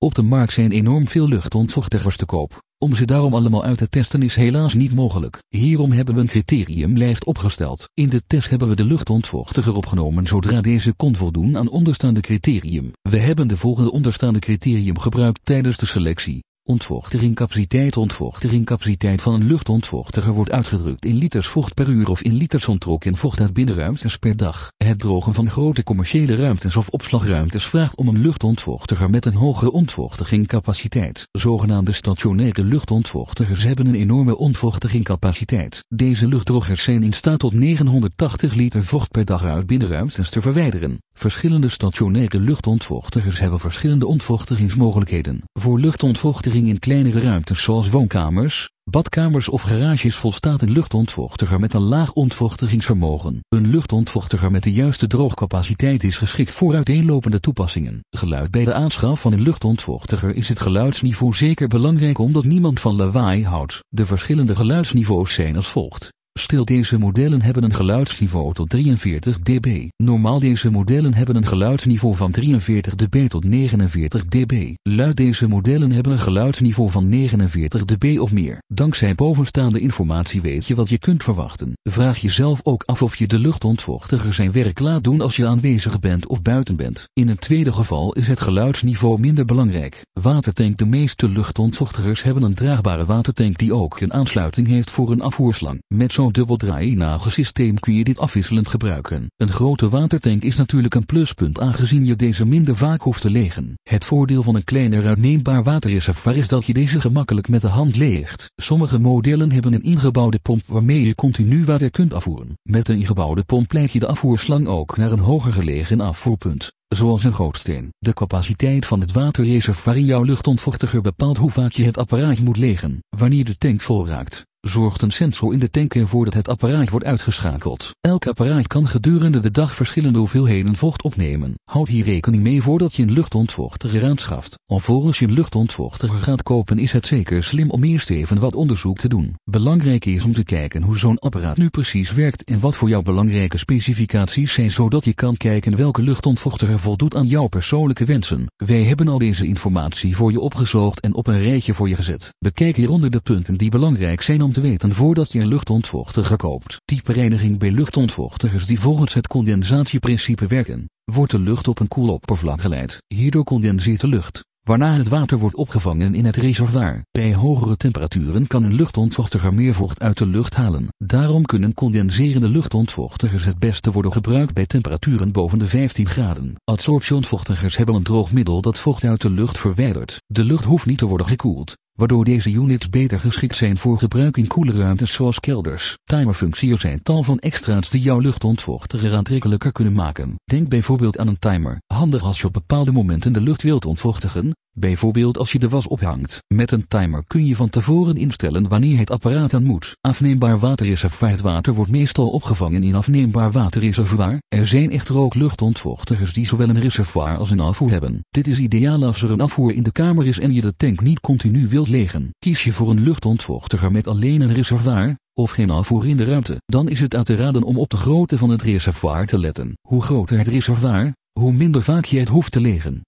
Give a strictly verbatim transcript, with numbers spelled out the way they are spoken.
Op de markt zijn enorm veel luchtontvochtigers te koop. Om ze daarom allemaal uit te testen is helaas niet mogelijk. Hierom hebben we een criteriumlijst opgesteld. In de test hebben we de luchtontvochtiger opgenomen zodra deze kon voldoen aan onderstaande criterium. We hebben de volgende onderstaande criterium gebruikt tijdens de selectie. Ontvochtigingcapaciteit. Ontvochtigingcapaciteit van een luchtontvochtiger wordt uitgedrukt in liters vocht per uur of in liters onttrokken vocht uit binnenruimtes per dag. Het drogen van grote commerciële ruimtes of opslagruimtes vraagt om een luchtontvochtiger met een hogere ontvochtigingcapaciteit. Zogenaamde stationaire luchtontvochtigers hebben een enorme ontvochtigingcapaciteit. Deze luchtdrogers zijn in staat tot negenhonderdtachtig liter vocht per dag uit binnenruimtes te verwijderen. Verschillende stationaire luchtontvochtigers hebben verschillende ontvochtigingsmogelijkheden. Voor luchtontvochtiging in kleinere ruimtes zoals woonkamers, badkamers of garages volstaat een luchtontvochtiger met een laag ontvochtigingsvermogen. Een luchtontvochtiger met de juiste droogcapaciteit is geschikt voor uiteenlopende toepassingen. Geluid. Bij de aanschaf van een luchtontvochtiger is het geluidsniveau zeker belangrijk omdat niemand van lawaai houdt. De verschillende geluidsniveaus zijn als volgt. Stil. Deze modellen hebben een geluidsniveau tot drieënveertig decibel. Normaal. Deze modellen hebben een geluidsniveau van drieënveertig decibel tot negenenveertig decibel. Luid. Deze modellen hebben een geluidsniveau van negenenveertig decibel of meer. Dankzij bovenstaande informatie weet je wat je kunt verwachten. Vraag jezelf ook af of je de luchtontvochtiger zijn werk laat doen als je aanwezig bent of buiten bent. In het tweede geval is het geluidsniveau minder belangrijk. Watertank. De meeste luchtontvochtigers hebben een draagbare watertank die ook een aansluiting heeft voor een afvoerslang. Met zo'n dubbeldraainagelsysteem kun je dit afwisselend gebruiken. Een grote watertank is natuurlijk een pluspunt aangezien je deze minder vaak hoeft te legen. Het voordeel van een kleiner uitneembaar waterreservoir is dat je deze gemakkelijk met de hand leegt. Sommige modellen hebben een ingebouwde pomp waarmee je continu water kunt afvoeren. Met de ingebouwde pomp leidt je de afvoerslang ook naar een hoger gelegen afvoerpunt, zoals een gootsteen. De capaciteit van het waterreservoir in jouw luchtontvochtiger bepaalt hoe vaak je het apparaat moet legen. Wanneer de tank vol raakt, zorgt een sensor in de tank ervoor dat het apparaat wordt uitgeschakeld. Elk apparaat kan gedurende de dag verschillende hoeveelheden vocht opnemen. Houd hier rekening mee voordat je een luchtontvochtiger aanschaft. Alvorens je een luchtontvochtiger gaat kopen is het zeker slim om eerst even wat onderzoek te doen. Belangrijk is om te kijken hoe zo'n apparaat nu precies werkt en wat voor jou belangrijke specificaties zijn zodat je kan kijken welke luchtontvochtiger voldoet aan jouw persoonlijke wensen. Wij hebben al deze informatie voor je opgezocht en op een rijtje voor je gezet. Bekijk hieronder de punten die belangrijk zijn om te weten voordat je een luchtontvochtiger koopt. Type reiniging. Bij luchtontvochtigers die volgens het condensatieprincipe werken, wordt de lucht op een koeloppervlak geleid. Hierdoor condenseert de lucht, waarna het water wordt opgevangen in het reservoir. Bij hogere temperaturen kan een luchtontvochtiger meer vocht uit de lucht halen. Daarom kunnen condenserende luchtontvochtigers het beste worden gebruikt bij temperaturen boven de vijftien graden. Adsorptieontvochtigers hebben een droog middel dat vocht uit de lucht verwijdert. De lucht hoeft niet te worden gekoeld, waardoor deze units beter geschikt zijn voor gebruik in koele ruimtes zoals kelders. Timerfunctie. Er zijn tal van extra's die jouw luchtontvochtiger aantrekkelijker kunnen maken. Denk bijvoorbeeld aan een timer, handig als je op bepaalde momenten de lucht wilt ontvochtigen, bijvoorbeeld als je de was ophangt. Met een timer kun je van tevoren instellen wanneer het apparaat aan moet. Afneembaar waterreservoir. Het water wordt meestal opgevangen in afneembaar waterreservoir. Er zijn echter ook luchtontvochtigers die zowel een reservoir als een afvoer hebben. Dit is ideaal als er een afvoer in de kamer is en je de tank niet continu wilt legen. Kies je voor een luchtontvochtiger met alleen een reservoir, of geen afvoer in de ruimte, dan is het aan te raden om op de grootte van het reservoir te letten. Hoe groter het reservoir, hoe minder vaak je het hoeft te legen.